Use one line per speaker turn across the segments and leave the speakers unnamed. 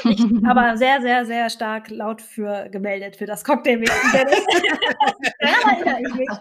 Ich aber sehr, sehr, sehr stark laut für gemeldet für das Cocktail-Meeting. Daran erinnere ich mich.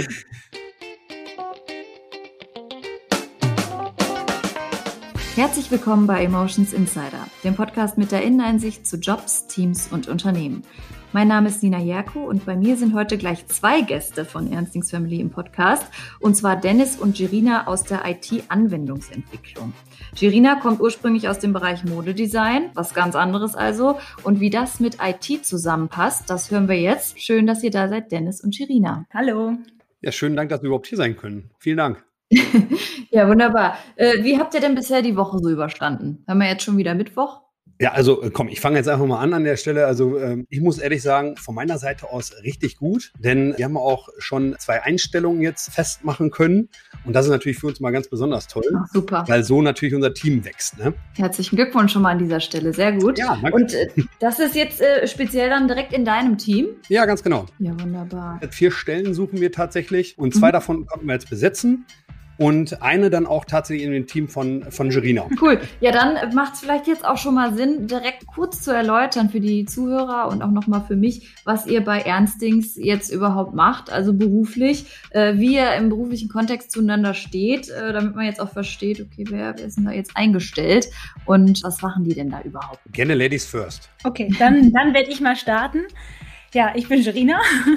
Herzlich willkommen bei Emotions Insider, dem Podcast mit der Inneneinsicht zu Jobs, Teams und Unternehmen. Mein Name ist Nina Jerko und bei mir sind heute gleich 2 Gäste von Ernstings Family im Podcast, und zwar Dennis und Jirina aus der IT-Anwendungsentwicklung. Jirina kommt ursprünglich aus dem Bereich Modedesign, was ganz anderes also, und wie das mit IT zusammenpasst, das hören wir jetzt. Schön, dass ihr da seid, Dennis und Jirina.
Hallo.
Ja, schönen Dank, dass wir überhaupt hier sein können. Vielen Dank.
Ja, wunderbar. Wie habt ihr denn bisher die Woche so überstanden? Haben wir jetzt schon wieder Mittwoch?
Ja, also komm, ich fange jetzt einfach mal an der Stelle. Also ich muss ehrlich sagen, von meiner Seite aus richtig gut, denn wir haben auch schon 2 Einstellungen jetzt festmachen können. Und das ist natürlich für uns mal ganz besonders toll.
Ach, super.
Weil so natürlich unser Team wächst. Ne?
Herzlichen Glückwunsch schon mal an dieser Stelle, sehr gut.
Ja, danke.
Und das ist jetzt speziell dann direkt in deinem Team?
Ja, ganz genau.
Ja, wunderbar.
4 Stellen suchen wir tatsächlich und 2 davon konnten wir jetzt besetzen. Und eine dann auch tatsächlich in dem Team von Jirina.
Cool. Ja, dann macht es vielleicht jetzt auch schon mal Sinn, direkt kurz zu erläutern für die Zuhörer und auch nochmal für mich, was ihr bei Ernstings jetzt überhaupt macht, also beruflich, wie ihr im beruflichen Kontext zueinander steht, damit man jetzt auch versteht, okay, wer ist denn da jetzt eingestellt und was machen die denn da überhaupt?
Gerne Ladies first.
Okay, dann werde ich mal starten. Ja, ich bin Jirina.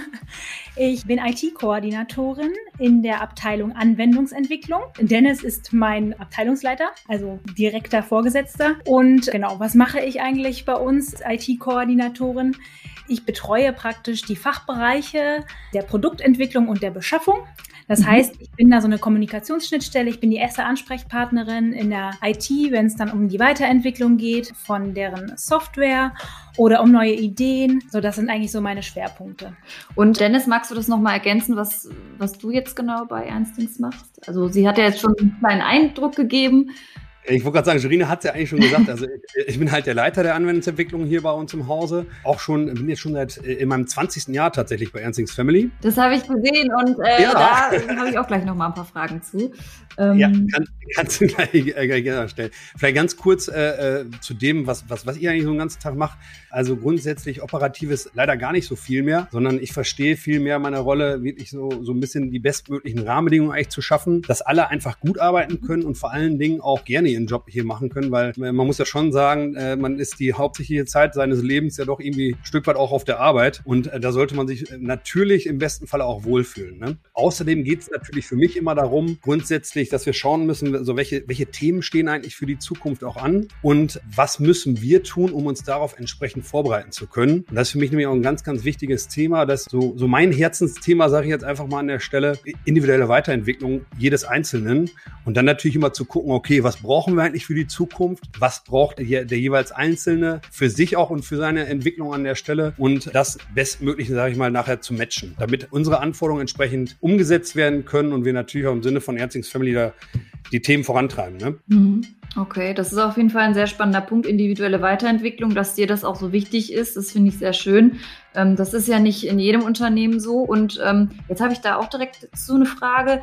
Ich bin IT-Koordinatorin in der Abteilung Anwendungsentwicklung. Dennis ist mein Abteilungsleiter, also direkter Vorgesetzter. Und genau, was mache ich eigentlich bei uns, IT-Koordinatorin? Ich betreue praktisch die Fachbereiche der Produktentwicklung und der Beschaffung. Das heißt, ich bin da so eine Kommunikationsschnittstelle. Ich bin die erste Ansprechpartnerin in der IT, wenn es dann um die Weiterentwicklung geht von deren Software oder um neue Ideen. So, das sind eigentlich so meine Schwerpunkte.
Und Dennis, magst du das nochmal ergänzen, was du jetzt genau bei Ernstings machst? Also sie hat ja jetzt schon einen kleinen Eindruck gegeben.
Ich wollte gerade sagen, Jirina hat es ja eigentlich schon gesagt. Also ich bin halt der Leiter der Anwendungsentwicklung hier bei uns im Hause. Bin jetzt schon seit in meinem 20. Jahr tatsächlich bei Ernstings Family.
Das habe ich gesehen und da habe ich auch gleich noch mal ein paar Fragen zu.
Ja, kannst du gleich stellen. Vielleicht ganz kurz zu dem, was ich eigentlich so den ganzen Tag mache. Also grundsätzlich Operatives leider gar nicht so viel mehr, sondern ich verstehe viel mehr meine Rolle, wirklich so ein bisschen die bestmöglichen Rahmenbedingungen eigentlich zu schaffen, dass alle einfach gut arbeiten können und vor allen Dingen auch gerne ihren Job hier machen können, weil man muss ja schon sagen, man ist die hauptsächliche Zeit seines Lebens ja doch irgendwie ein Stück weit auch auf der Arbeit und da sollte man sich natürlich im besten Fall auch wohlfühlen. Ne? Außerdem geht es natürlich für mich immer darum, grundsätzlich, dass wir schauen müssen, so welche Themen stehen eigentlich für die Zukunft auch an und was müssen wir tun, um uns darauf entsprechend vorbereiten zu können. Und das ist für mich nämlich auch ein ganz, ganz wichtiges Thema, das so mein Herzensthema, sage ich jetzt einfach mal an der Stelle, individuelle Weiterentwicklung jedes Einzelnen und dann natürlich immer zu gucken, okay, was brauchen wir eigentlich für die Zukunft? Was braucht der jeweils Einzelne für sich auch und für seine Entwicklung an der Stelle? Und das Bestmögliche, sage ich mal, nachher zu matchen, damit unsere Anforderungen entsprechend umgesetzt werden können und wir natürlich auch im Sinne von Ernstings Family da die Themen vorantreiben. Ne?
Okay, das ist auf jeden Fall ein sehr spannender Punkt, individuelle Weiterentwicklung, dass dir das auch so wichtig ist. Das finde ich sehr schön. Das ist ja nicht in jedem Unternehmen so. Und jetzt habe ich da auch direkt so eine Frage.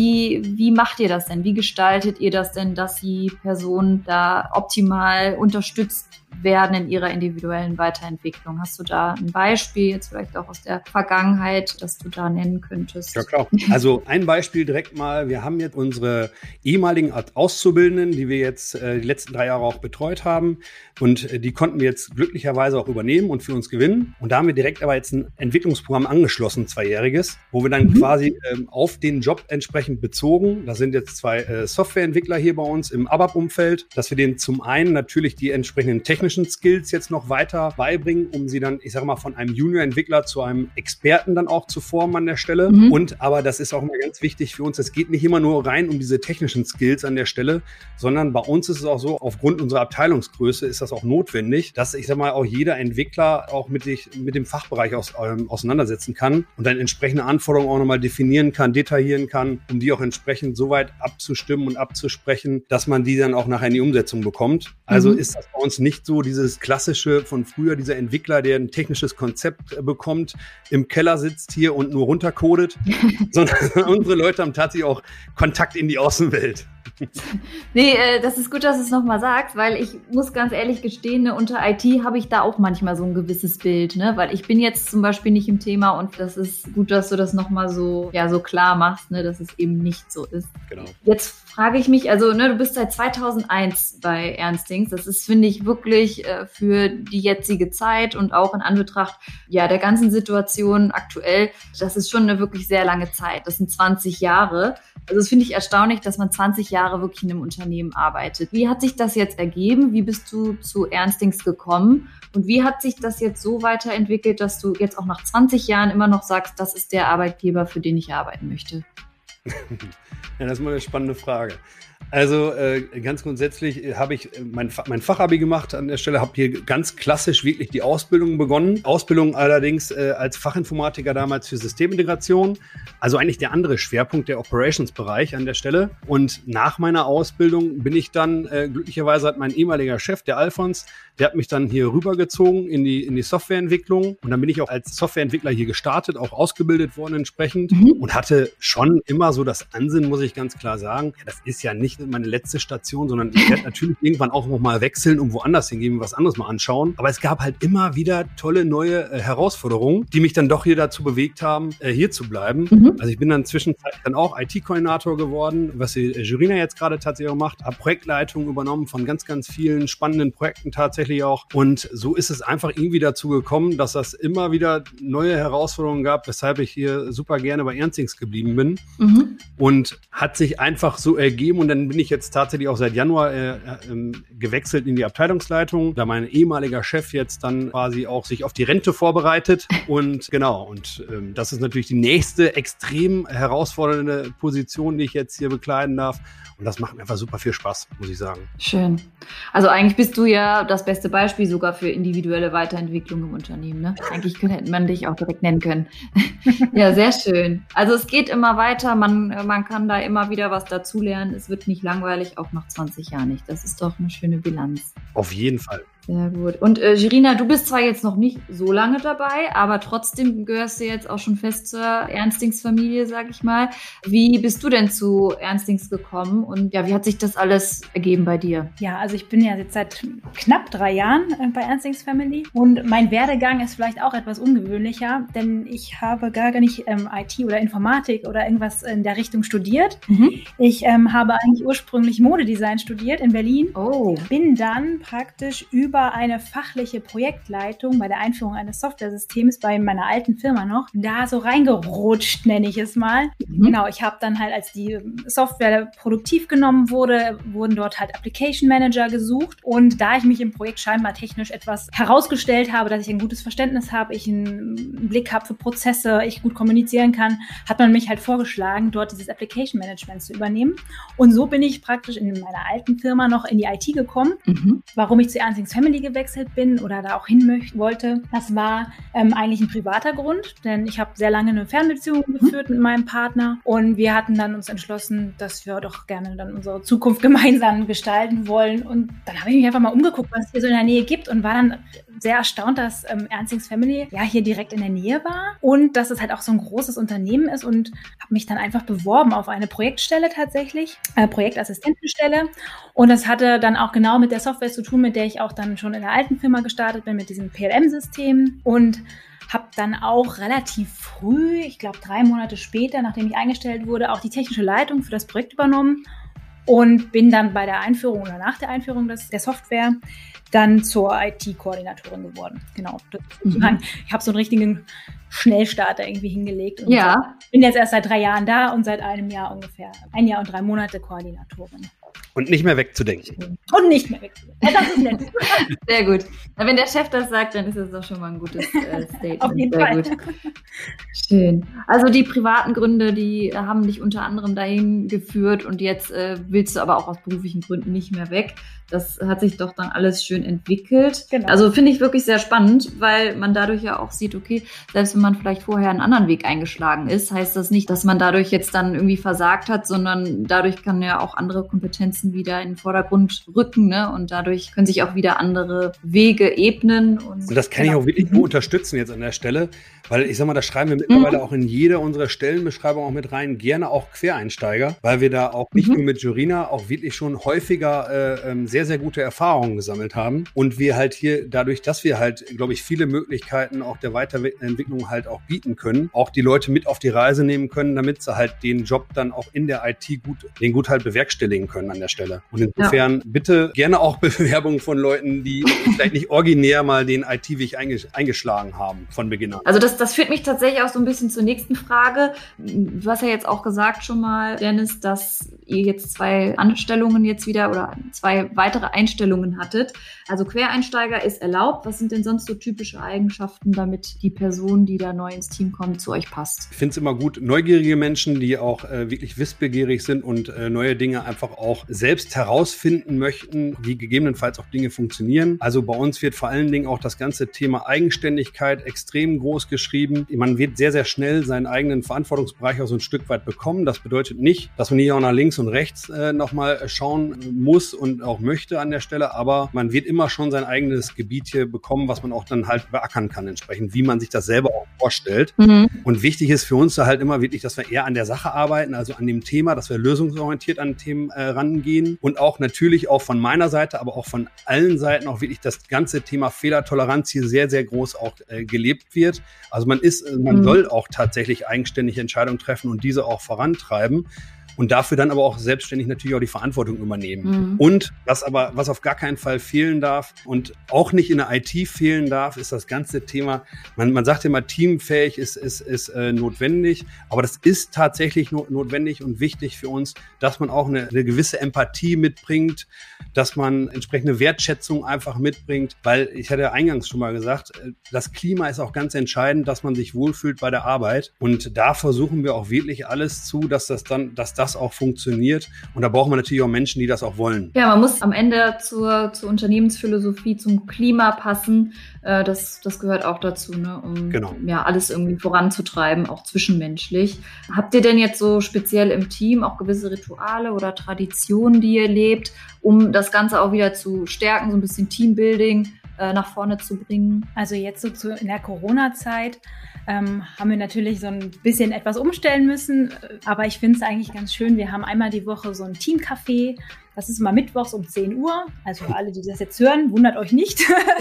Wie macht ihr das denn? Wie gestaltet ihr das denn, dass die Personen da optimal unterstützt werden in ihrer individuellen Weiterentwicklung? Hast du da ein Beispiel, jetzt vielleicht auch aus der Vergangenheit, das du da nennen könntest?
Ja, klar. Also ein Beispiel direkt mal. Wir haben jetzt unsere ehemaligen Auszubildenden, die wir jetzt die letzten 3 Jahre auch betreut haben. Und die konnten wir jetzt glücklicherweise auch übernehmen und für uns gewinnen. Und da haben wir direkt aber jetzt ein Entwicklungsprogramm angeschlossen, 2-jähriges, wo wir dann quasi auf den Job entsprechend bezogen, das sind jetzt 2 Softwareentwickler hier bei uns im ABAP-Umfeld, dass wir denen zum einen natürlich die entsprechenden technischen Skills jetzt noch weiter beibringen, um sie dann, ich sage mal, von einem Junior-Entwickler zu einem Experten dann auch zu formen an der Stelle. Und aber das ist auch immer ganz wichtig für uns, es geht nicht immer nur rein um diese technischen Skills an der Stelle, sondern bei uns ist es auch so, aufgrund unserer Abteilungsgröße ist das auch notwendig, dass, ich sag mal, auch jeder Entwickler auch mit dem Fachbereich auseinandersetzen kann und dann entsprechende Anforderungen auch nochmal definieren kann, detaillieren kann, um die auch entsprechend so weit abzustimmen und abzusprechen, dass man die dann auch nachher in die Umsetzung bekommt. Also ist das bei uns nicht so dieses klassische von früher, dieser Entwickler, der ein technisches Konzept bekommt, im Keller sitzt hier und nur runtercodet, sondern unsere Leute haben tatsächlich auch Kontakt in die Außenwelt.
Nee, das ist gut, dass du es nochmal sagst, weil ich muss ganz ehrlich gestehen, ne, unter IT habe ich da auch manchmal so ein gewisses Bild, ne, weil ich bin jetzt zum Beispiel nicht im Thema und das ist gut, dass du das nochmal so klar machst, ne, dass es eben nicht so ist.
Genau.
Jetzt frage ich mich, also ne, du bist seit 2001 bei Ernstings. Das ist, finde ich, wirklich für die jetzige Zeit und auch in Anbetracht der ganzen Situation aktuell, das ist schon eine wirklich sehr lange Zeit. Das sind 20 Jahre. Also das finde ich erstaunlich, dass man 20 Jahre wirklich in einem Unternehmen arbeitet. Wie hat sich das jetzt ergeben? Wie bist du zu Ernstings gekommen? Und wie hat sich das jetzt so weiterentwickelt, dass du jetzt auch nach 20 Jahren immer noch sagst, das ist der Arbeitgeber, für den ich arbeiten möchte?
Ja, das ist mal eine spannende Frage. Also ganz grundsätzlich habe ich mein Fachabi gemacht an der Stelle, habe hier ganz klassisch wirklich die Ausbildung begonnen. Ausbildung allerdings als Fachinformatiker damals für Systemintegration, also eigentlich der andere Schwerpunkt, der Operations-Bereich an der Stelle. Und nach meiner Ausbildung bin ich dann, glücklicherweise hat mein ehemaliger Chef, der Alfons, der hat mich dann hier rübergezogen in die Softwareentwicklung. Und dann bin ich auch als Softwareentwickler hier gestartet, auch ausgebildet worden entsprechend und hatte schon immer so das Ansinnen, muss ich ganz klar sagen, das ist ja nicht meine letzte Station, sondern ich werde natürlich irgendwann auch noch mal wechseln und woanders hingehen, was anderes mal anschauen. Aber es gab halt immer wieder tolle neue Herausforderungen, die mich dann doch hier dazu bewegt haben, hier zu bleiben. Also ich bin dann zwischenzeitlich dann auch IT-Koordinator geworden, was die Jurina jetzt gerade tatsächlich auch macht, habe Projektleitung übernommen von ganz, ganz vielen spannenden Projekten tatsächlich auch. Und so ist es einfach irgendwie dazu gekommen, dass das immer wieder neue Herausforderungen gab, weshalb ich hier super gerne bei Ernstings geblieben bin. Und hat sich einfach so ergeben und dann bin ich jetzt tatsächlich auch seit Januar gewechselt in die Abteilungsleitung, da mein ehemaliger Chef jetzt dann quasi auch sich auf die Rente vorbereitet. Und genau, und das ist natürlich die nächste extrem herausfordernde Position, die ich jetzt hier bekleiden darf. Und das macht mir einfach super viel Spaß, muss ich sagen.
Schön. Also eigentlich bist du ja das beste Beispiel sogar für individuelle Weiterentwicklung im Unternehmen, ne? Eigentlich hätte man dich auch direkt nennen können. Ja, sehr schön. Also es geht immer weiter, man kann da immer wieder was dazulernen. Es wird nicht langweilig, auch nach 20 Jahren nicht. Das ist doch eine schöne Bilanz.
Auf jeden Fall.
Sehr gut. Und Jurina, du bist zwar jetzt noch nicht so lange dabei, aber trotzdem gehörst du jetzt auch schon fest zur Ernstings-Familie, sag ich mal. Wie bist du denn zu Ernstings gekommen und wie hat sich das alles ergeben bei dir?
Ja, also ich bin ja jetzt seit knapp 3 Jahren bei Ernstings Family und mein Werdegang ist vielleicht auch etwas ungewöhnlicher, denn ich habe gar nicht IT oder Informatik oder irgendwas in der Richtung studiert. Ich habe eigentlich ursprünglich Modedesign studiert in Berlin. Bin dann praktisch über eine fachliche Projektleitung bei der Einführung eines Softwaresystems bei meiner alten Firma noch, da so reingerutscht, nenne ich es mal. Genau, ich habe dann halt, als die Software produktiv genommen wurde, wurden dort halt Application Manager gesucht und da ich mich im Projekt scheinbar technisch etwas herausgestellt habe, dass ich ein gutes Verständnis habe, ich einen Blick habe für Prozesse, ich gut kommunizieren kann, hat man mich halt vorgeschlagen, dort dieses Application Management zu übernehmen. Und so bin ich praktisch in meiner alten Firma noch in die IT gekommen. Warum ich zu Ernstings Family gewechselt bin oder da auch hin wollte, das war eigentlich ein privater Grund, denn ich habe sehr lange eine Fernbeziehung geführt mit meinem Partner und wir hatten dann uns entschlossen, dass wir doch gerne dann unsere Zukunft gemeinsam gestalten wollen und dann habe ich mich einfach mal umgeguckt, was es hier so in der Nähe gibt und war dann sehr erstaunt, dass Ernstings Family hier direkt in der Nähe war und dass es halt auch so ein großes Unternehmen ist und habe mich dann einfach beworben auf eine Projektstelle tatsächlich, Projektassistentenstelle und das hatte dann auch genau mit der Software zu tun, mit der ich auch dann schon in der alten Firma gestartet bin, mit diesem PLM-System und habe dann auch relativ früh, ich glaube 3 Monate später, nachdem ich eingestellt wurde, auch die technische Leitung für das Projekt übernommen und bin dann bei der Einführung oder nach der Einführung der Software dann zur IT-Koordinatorin geworden. Genau. Ich habe so einen richtigen Schnellstarter irgendwie hingelegt und bin jetzt erst seit 3 Jahren da und seit einem Jahr ungefähr, 1 Jahr und 3 Monate Koordinatorin.
Und nicht mehr wegzudenken.
Und nicht mehr wegzudenken. Ja, das ist nett.
Sehr gut. Na, wenn der Chef das sagt, dann ist das doch schon mal ein gutes Statement.
Auf jeden
Sehr
Fall.
Gut. Schön. Also die privaten Gründe, die haben dich unter anderem dahin geführt und jetzt willst du aber auch aus beruflichen Gründen nicht mehr weg. Das hat sich doch dann alles schön entwickelt.
Genau.
Also finde ich wirklich sehr spannend, weil man dadurch ja auch sieht, okay, selbst wenn man vielleicht vorher einen anderen Weg eingeschlagen ist, heißt das nicht, dass man dadurch jetzt dann irgendwie versagt hat, sondern dadurch kann ja auch andere Kompetenzen wieder in den Vordergrund rücken, ne? Und dadurch können sich auch wieder andere Wege wichtige Ebenen.
Und das kann ich auch wirklich nur unterstützen jetzt an der Stelle, weil ich sag mal, das schreiben wir mittlerweile auch in jede unserer Stellenbeschreibung auch mit rein, gerne auch Quereinsteiger, weil wir da auch nicht nur mit Jorina auch wirklich schon häufiger sehr, sehr gute Erfahrungen gesammelt haben und wir halt hier dadurch, dass wir halt, glaube ich, viele Möglichkeiten auch der Weiterentwicklung halt auch bieten können, auch die Leute mit auf die Reise nehmen können, damit sie halt den Job dann auch in der IT gut halt bewerkstelligen können an der Stelle. Und insofern bitte gerne auch Bewerbungen von Leuten, die vielleicht nicht originär mal den IT-Weg eingeschlagen haben von Beginn an.
Also das führt mich tatsächlich auch so ein bisschen zur nächsten Frage. Du hast ja jetzt auch gesagt schon mal, Dennis, dass ihr jetzt 2 Anstellungen jetzt wieder oder 2 weitere Einstellungen hattet. Also Quereinsteiger ist erlaubt. Was sind denn sonst so typische Eigenschaften, damit die Person, die da neu ins Team kommt, zu euch passt?
Ich finde es immer gut, neugierige Menschen, die auch wirklich wissbegierig sind und neue Dinge einfach auch selbst herausfinden möchten, wie gegebenenfalls auch Dinge funktionieren. Also bei uns wird vor allen Dingen auch das ganze Thema Eigenständigkeit extrem groß geschrieben. Man wird sehr, sehr schnell seinen eigenen Verantwortungsbereich auch so ein Stück weit bekommen. Das bedeutet nicht, dass man hier auch nach links und rechts nochmal schauen muss und auch möchte an der Stelle, aber man wird immer schon sein eigenes Gebiet hier bekommen, was man auch dann halt beackern kann entsprechend, wie man sich das selber auch vorstellt. Und wichtig ist für uns da halt immer wirklich, dass wir eher an der Sache arbeiten, also an dem Thema, dass wir lösungsorientiert an Themen rangehen und auch natürlich auch von meiner Seite, aber auch von allen Seiten auch wirklich das ganze Thema Fehlertoleranz hier sehr, sehr groß auch gelebt wird. Also man soll auch tatsächlich eigenständig Entscheidungen treffen und diese auch vorantreiben. Und dafür dann aber auch selbstständig natürlich auch die Verantwortung übernehmen. Und was auf gar keinen Fall fehlen darf und auch nicht in der IT fehlen darf, ist das ganze Thema, man sagt immer, teamfähig ist notwendig, aber das ist tatsächlich notwendig und wichtig für uns, dass man auch eine gewisse Empathie mitbringt, dass man entsprechende Wertschätzung einfach mitbringt, weil ich hatte ja eingangs schon mal gesagt, das Klima ist auch ganz entscheidend, dass man sich wohlfühlt bei der Arbeit und da versuchen wir auch wirklich alles zu, dass das auch funktioniert. Und da braucht man natürlich auch Menschen, die das auch wollen.
Ja, man muss am Ende zur Unternehmensphilosophie, zum Klima passen. Das gehört auch dazu, ne? Um alles irgendwie voranzutreiben, auch zwischenmenschlich. Habt ihr denn jetzt so speziell im Team auch gewisse Rituale oder Traditionen, die ihr lebt, um das Ganze auch wieder zu stärken, so ein bisschen Teambuilding nach vorne zu bringen?
Also jetzt so in der Corona-Zeit haben wir natürlich so ein bisschen etwas umstellen müssen, aber ich finde es eigentlich ganz schön. Wir haben einmal die Woche so ein Teamcafé. Das ist immer mittwochs um 10 Uhr. Also alle, die das jetzt hören, wundert euch nicht.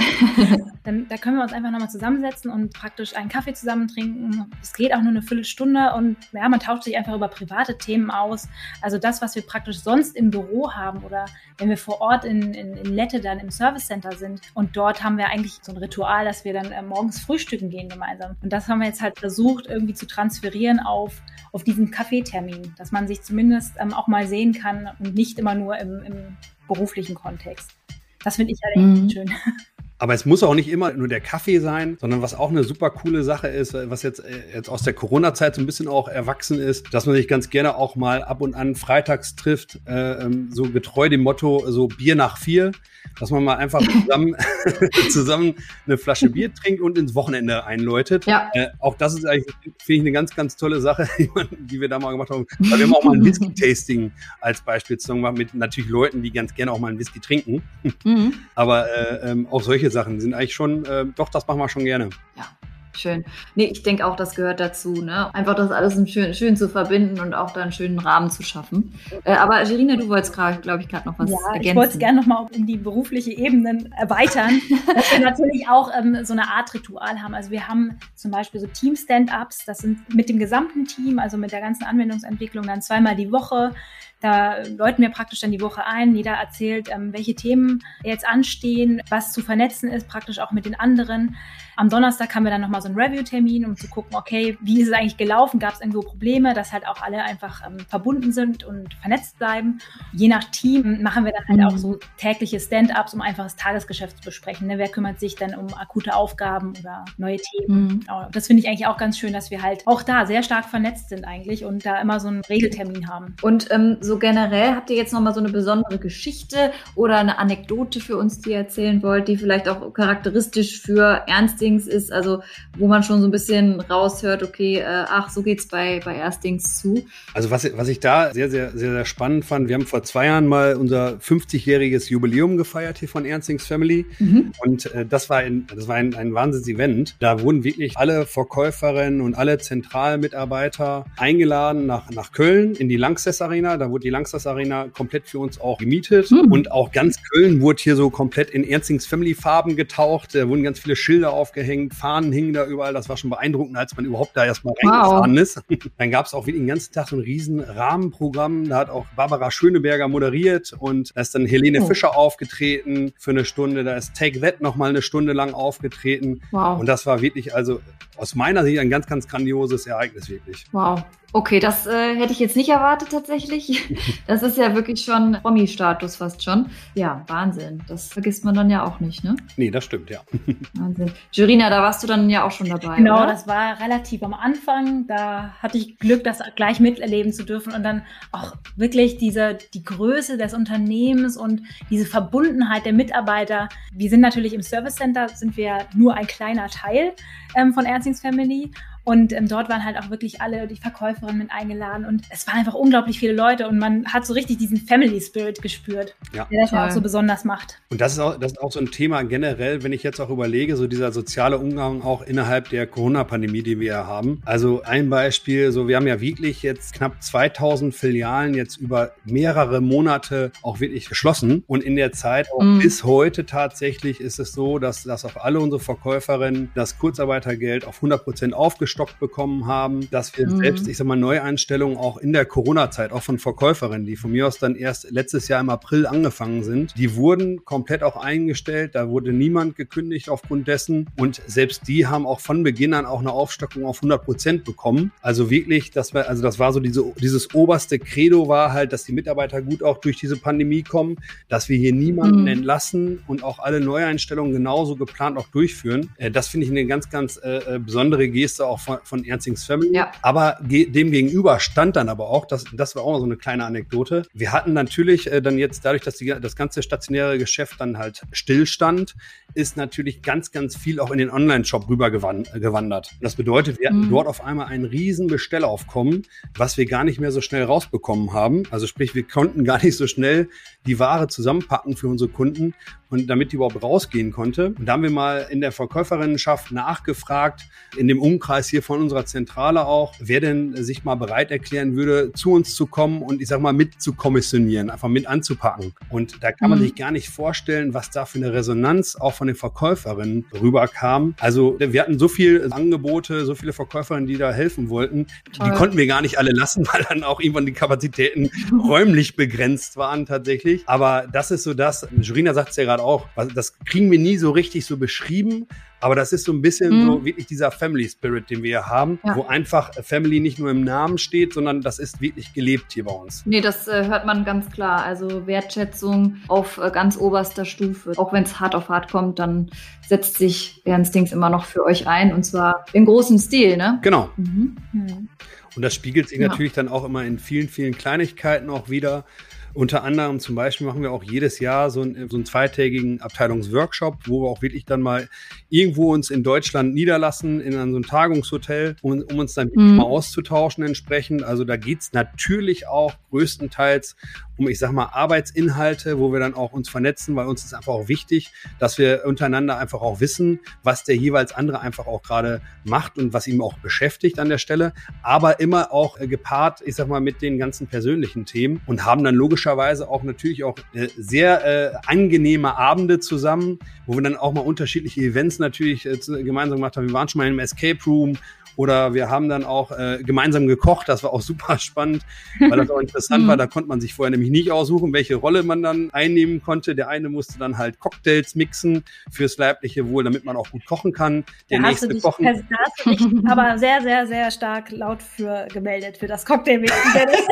Da können wir uns einfach nochmal zusammensetzen und praktisch einen Kaffee zusammen trinken. Es geht auch nur eine Viertelstunde und ja, man tauscht sich einfach über private Themen aus. Also das, was wir praktisch sonst im Büro haben oder wenn wir vor Ort in Lette dann im Service Center sind. Und dort haben wir eigentlich so ein Ritual, dass wir dann morgens frühstücken gehen gemeinsam. Und das haben wir jetzt halt versucht, irgendwie zu transferieren auf diesen Kaffeetermin, dass man sich zumindest auch mal sehen kann und nicht immer nur im beruflichen Kontext. Das finde ich halt echt schön.
Aber es muss auch nicht immer nur der Kaffee sein, sondern was auch eine super coole Sache ist, was jetzt aus der Corona-Zeit so ein bisschen auch erwachsen ist, dass man sich ganz gerne auch mal ab und an freitags trifft, so getreu dem Motto, so Bier nach 4, dass man mal einfach zusammen eine Flasche Bier trinkt und ins Wochenende einläutet. Ja. Auch das ist eigentlich, finde ich, eine ganz, ganz tolle Sache, die wir da mal gemacht haben. Weil wir haben auch mal ein Whisky-Tasting als Beispiel gemacht mit natürlich Leuten, die ganz gerne auch mal einen Whisky trinken. Aber auch solche Sachen sind eigentlich schon, doch, das machen wir schon gerne.
Ja. Schön. Nee, ich denke auch, das gehört dazu, ne? Einfach das alles schön zu verbinden und auch da einen schönen Rahmen zu schaffen. Aber Jorina, du wolltest glaube ich, gerade noch was ergänzen.
Ich wollte es gerne nochmal um die berufliche Ebene erweitern, dass wir natürlich auch so eine Art Ritual haben. Also wir haben zum Beispiel so Team-Stand-Ups, das sind mit dem gesamten Team, also mit der ganzen Anwendungsentwicklung dann 2-mal die Woche. Da läuten wir praktisch dann die Woche ein. Jeder erzählt, welche Themen jetzt anstehen, was zu vernetzen ist, praktisch auch mit den anderen. Am Donnerstag haben wir dann nochmal so einen Review-Termin, um zu gucken, okay, wie ist es eigentlich gelaufen? Gab es irgendwo Probleme, dass halt auch alle einfach verbunden sind und vernetzt bleiben? Je nach Team machen wir dann halt auch so tägliche Stand-ups, um einfach das Tagesgeschäft zu besprechen. Ne? Wer kümmert sich dann um akute Aufgaben oder neue Themen? Das finde ich eigentlich auch ganz schön, dass wir halt auch da sehr stark vernetzt sind eigentlich und da immer so einen Regeltermin haben.
Und so so generell, habt ihr jetzt nochmal so eine besondere Geschichte oder eine Anekdote für uns, die ihr erzählen wollt, die vielleicht auch charakteristisch für Ernstings ist, also wo man schon so ein bisschen raushört, okay, so geht's bei Ernstings zu.
Also was ich da sehr, sehr, sehr, sehr spannend fand, wir haben vor 2 Jahren mal unser 50-jähriges Jubiläum gefeiert hier von Ernstings Family und das war ein Wahnsinns-Event. Da wurden wirklich alle Verkäuferinnen und alle Zentralmitarbeiter eingeladen nach Köln in die Lanxess Arena. Da wurde die Lanxess Arena komplett für uns auch gemietet und auch ganz Köln wurde hier so komplett in Ernstings Family Farben getaucht. Da wurden ganz viele Schilder aufgehängt, Fahnen hingen da überall. Das war schon beeindruckend, als man überhaupt da erstmal reingefahren ist. Dann gab es auch wirklich den ganzen Tag so ein riesen Rahmenprogramm. Da hat auch Barbara Schöneberger moderiert und da ist dann Helene Fischer aufgetreten für eine Stunde. Da ist Take That nochmal eine Stunde lang aufgetreten. Wow. Und das war wirklich, also aus meiner Sicht ein ganz, ganz grandioses Ereignis wirklich.
Wow. Okay, das hätte ich jetzt nicht erwartet tatsächlich. Das ist ja wirklich schon Promi-Status fast schon. Ja, Wahnsinn. Das vergisst man dann ja auch nicht, ne?
Nee, das stimmt, ja.
Wahnsinn. Jurina, da warst du dann ja auch schon dabei,
genau,
oder?
Das war relativ am Anfang. Da hatte ich Glück, das gleich miterleben zu dürfen und dann auch wirklich die Größe des Unternehmens und diese Verbundenheit der Mitarbeiter. Wir sind natürlich im Service Center, sind wir nur ein kleiner Teil von Ernstings Family. Und dort waren halt auch wirklich alle, die Verkäuferinnen mit eingeladen. Und es waren einfach unglaublich viele Leute. Und man hat so richtig diesen Family Spirit gespürt, der das ja auch so besonders macht.
Und das ist auch so ein Thema generell, wenn ich jetzt auch überlege, so dieser soziale Umgang auch innerhalb der Corona-Pandemie, die wir ja haben. Also ein Beispiel, so wir haben ja wirklich jetzt knapp 2000 Filialen jetzt über mehrere Monate auch wirklich geschlossen. Und in der Zeit auch bis heute tatsächlich ist es so, dass auch alle unsere Verkäuferinnen das Kurzarbeitergeld auf 100% aufgestockt bekommen haben, dass wir selbst, ich sag mal, Neueinstellungen auch in der Corona-Zeit, auch von Verkäuferinnen, die von mir aus dann erst letztes Jahr im April angefangen sind, die wurden komplett auch eingestellt, da wurde niemand gekündigt aufgrund dessen und selbst die haben auch von Beginn an auch eine Aufstockung auf 100% bekommen. Also wirklich, das war so dieses oberste Credo war halt, dass die Mitarbeiter gut auch durch diese Pandemie kommen, dass wir hier niemanden entlassen und auch alle Neueinstellungen genauso geplant auch durchführen. Das finde ich eine ganz, ganz besondere Geste auch von Ernstings Family. Ja. Aber dem gegenüber stand dann aber auch, das war auch mal so eine kleine Anekdote. Wir hatten natürlich dann jetzt dadurch, dass das ganze stationäre Geschäft dann halt stillstand, ist natürlich ganz, ganz viel auch in den Online-Shop rüber gewandert. Das bedeutet, wir hatten dort auf einmal einen riesen Bestellaufkommen, was wir gar nicht mehr so schnell rausbekommen haben. Also sprich, wir konnten gar nicht so schnell die Ware zusammenpacken für unsere Kunden und damit die überhaupt rausgehen konnte. Und da haben wir mal in der Verkäuferinnenschaft nachgefragt, in dem Umkreis hier von unserer Zentrale auch, wer denn sich mal bereit erklären würde, zu uns zu kommen und ich sag mal mit zu kommissionieren, einfach mit anzupacken. Und da kann man sich gar nicht vorstellen, was da für eine Resonanz auch von den Verkäuferinnen rüberkam. Also wir hatten so viele Angebote, so viele Verkäuferinnen, die da helfen wollten. Toll. Die konnten wir gar nicht alle lassen, weil dann auch irgendwann die Kapazitäten räumlich begrenzt waren tatsächlich. Aber das ist so das, Jurina sagt es ja gerade auch, das kriegen wir nie so richtig so beschrieben. Aber das ist so ein bisschen so wirklich dieser Family Spirit, den wir hier haben, wo einfach Family nicht nur im Namen steht, sondern das ist wirklich gelebt hier bei uns.
Nee, das hört man ganz klar. Also Wertschätzung auf ganz oberster Stufe. Auch wenn es hart auf hart kommt, dann setzt sich Ernstings immer noch für euch ein und zwar im großen Stil, ne?
Genau. Und das spiegelt sich natürlich dann auch immer in vielen, vielen Kleinigkeiten auch wieder. Unter anderem zum Beispiel machen wir auch jedes Jahr so einen 2-tägigen Abteilungsworkshop, wo wir auch wirklich dann mal irgendwo uns in Deutschland niederlassen, in so einem Tagungshotel, um uns dann mal auszutauschen entsprechend. Also da geht's natürlich auch größtenteils um, ich sag mal, Arbeitsinhalte, wo wir dann auch uns vernetzen, weil uns ist einfach auch wichtig, dass wir untereinander einfach auch wissen, was der jeweils andere einfach auch gerade macht und was ihm auch beschäftigt an der Stelle, aber immer auch gepaart, ich sag mal, mit den ganzen persönlichen Themen und haben dann logischerweise auch natürlich auch sehr angenehme Abende zusammen, wo wir dann auch mal unterschiedliche Events natürlich gemeinsam gemacht haben. Wir waren schon mal in einem Escape Room, oder wir haben dann auch gemeinsam gekocht, das war auch super spannend, weil das auch interessant war, da konnte man sich vorher nämlich nicht aussuchen, welche Rolle man dann einnehmen konnte. Der eine musste dann halt Cocktails mixen fürs leibliche Wohl, damit man auch gut kochen kann. Der nächste kochen.
Da hast du dich aber sehr, sehr, sehr stark laut für gemeldet, für das Cocktail-Mixen.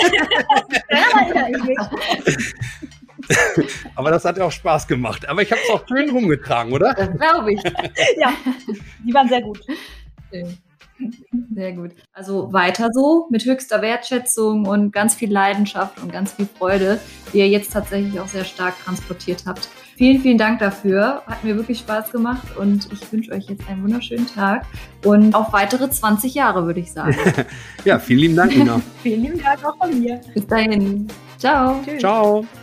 Daran erinnere ich mich.
Aber das hat ja auch Spaß gemacht. Aber ich habe es auch schön rumgetragen, oder?
Das glaube ich.
Ja, die waren sehr gut.
Sehr gut. Also weiter so mit höchster Wertschätzung und ganz viel Leidenschaft und ganz viel Freude, die ihr jetzt tatsächlich auch sehr stark transportiert habt. Vielen, vielen Dank dafür. Hat mir wirklich Spaß gemacht und ich wünsche euch jetzt einen wunderschönen Tag und auf weitere 20 Jahre, würde ich sagen.
Ja, vielen lieben Dank, Nina.
Vielen lieben Dank auch von mir.
Bis dahin. Ciao.
Tschüss.
Ciao.